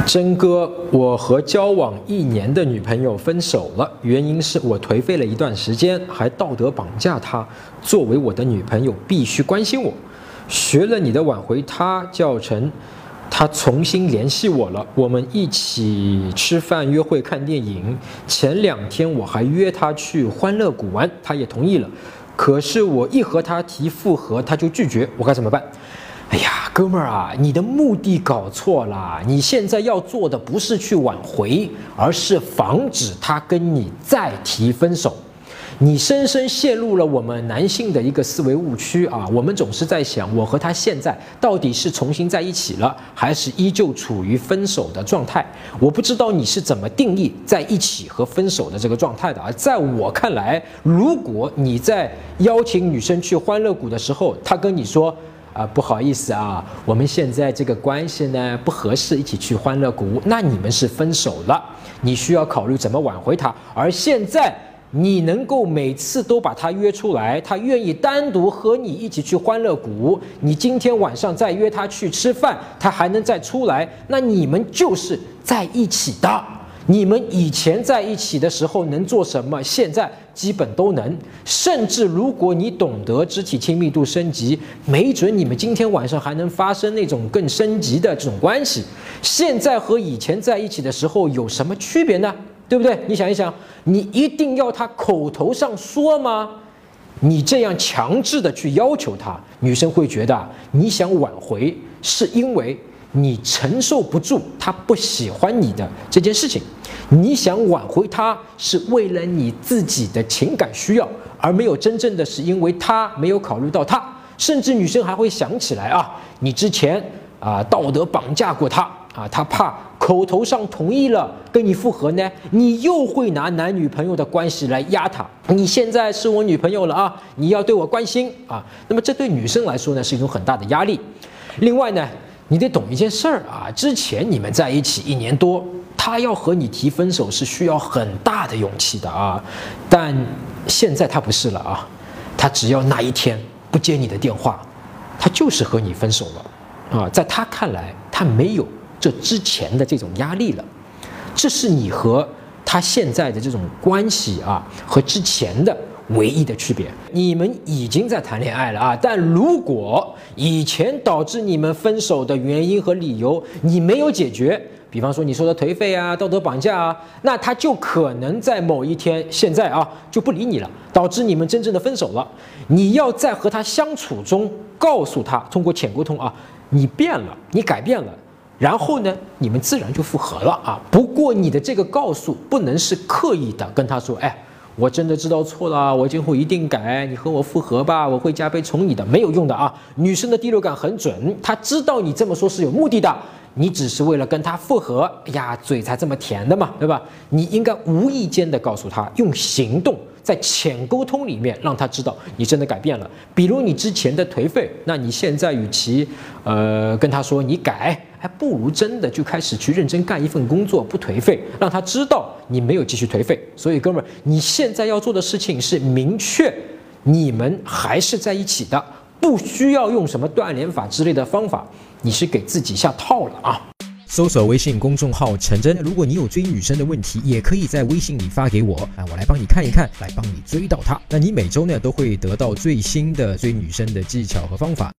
真哥，我和交往1年的女朋友分手了，原因是我颓废了一段时间，还道德绑架她。作为我的女朋友，必须关心我。学了你的挽回她教程，她重新联系我了，我们一起吃饭、约会、看电影。前2天我还约她去欢乐谷玩，她也同意了。可是我一和她提复合，她就拒绝，我该怎么办？哎呀，哥们儿啊，你的目的搞错了。你现在要做的不是去挽回，而是防止他跟你再提分手。你深深陷入了我们男性的一个思维误区啊！我们总是在想，我和他现在到底是重新在一起了，还是依旧处于分手的状态？我不知道你是怎么定义在一起和分手的这个状态的啊！在我看来，如果你在邀请女生去欢乐谷的时候，她跟你说，不好意思啊，我们现在这个关系呢不合适，一起去欢乐谷，那你们是分手了，你需要考虑怎么挽回他。而现在你能够每次都把他约出来，他愿意单独和你一起去欢乐谷，你今天晚上再约他去吃饭，他还能再出来，那你们就是在一起的。你们以前在一起的时候能做什么，现在基本都能，甚至如果你懂得肢体亲密度升级，没准你们今天晚上还能发生那种更升级的这种关系。现在和以前在一起的时候有什么区别呢？对不对？你想一想，你一定要他口头上说吗？你这样强制的去要求他，女生会觉得你想挽回是因为你承受不住他不喜欢你的这件事情，你想挽回他是为了你自己的情感需要，而没有真正的是因为他没有考虑到他。甚至女生还会想起来啊，你之前道德绑架过他啊，他怕口头上同意了跟你复合呢，你又会拿男女朋友的关系来压他。你现在是我女朋友了啊，你要对我关心啊。那么这对女生来说呢是一种很大的压力。另外呢，你得懂一件事儿啊，之前你们在一起1年多，他要和你提分手是需要很大的勇气的啊，但现在他不是了啊，他只要那一天不接你的电话，他就是和你分手了啊。在他看来，他没有这之前的这种压力了，这是你和他现在的这种关系啊和之前的唯一的区别。你们已经在谈恋爱了啊，但如果以前导致你们分手的原因和理由你没有解决，比方说你说的颓废啊、道德绑架啊，那他就可能在某一天现在啊就不理你了，导致你们真正的分手了。你要在和他相处中告诉他，通过浅沟通啊，你变了，你改变了，然后呢，你们自然就复合了啊。不过你的这个告诉不能是刻意的跟他说，哎，我真的知道错了，我今后一定改，你和我复合吧，我会加倍宠你的，没有用的啊。女生的第六感很准，她知道你这么说是有目的的，你只是为了跟她复合，哎呀，嘴才这么甜的嘛，对吧？你应该无意间的告诉她，用行动在浅沟通里面让她知道你真的改变了。比如你之前的颓废，那你现在与其跟她说你改，还不如真的就开始去认真干一份工作，不颓废，让她知道你没有继续颓废。所以哥们儿，你现在要做的事情是明确你们还是在一起的，不需要用什么断联法之类的方法，你是给自己下套了啊。 搜索微信公众号陈真，如果你有追女生的问题，也可以在微信里发给我，我来帮你看一看，来帮你追到她。那你每周呢都会得到最新的追女生的技巧和方法。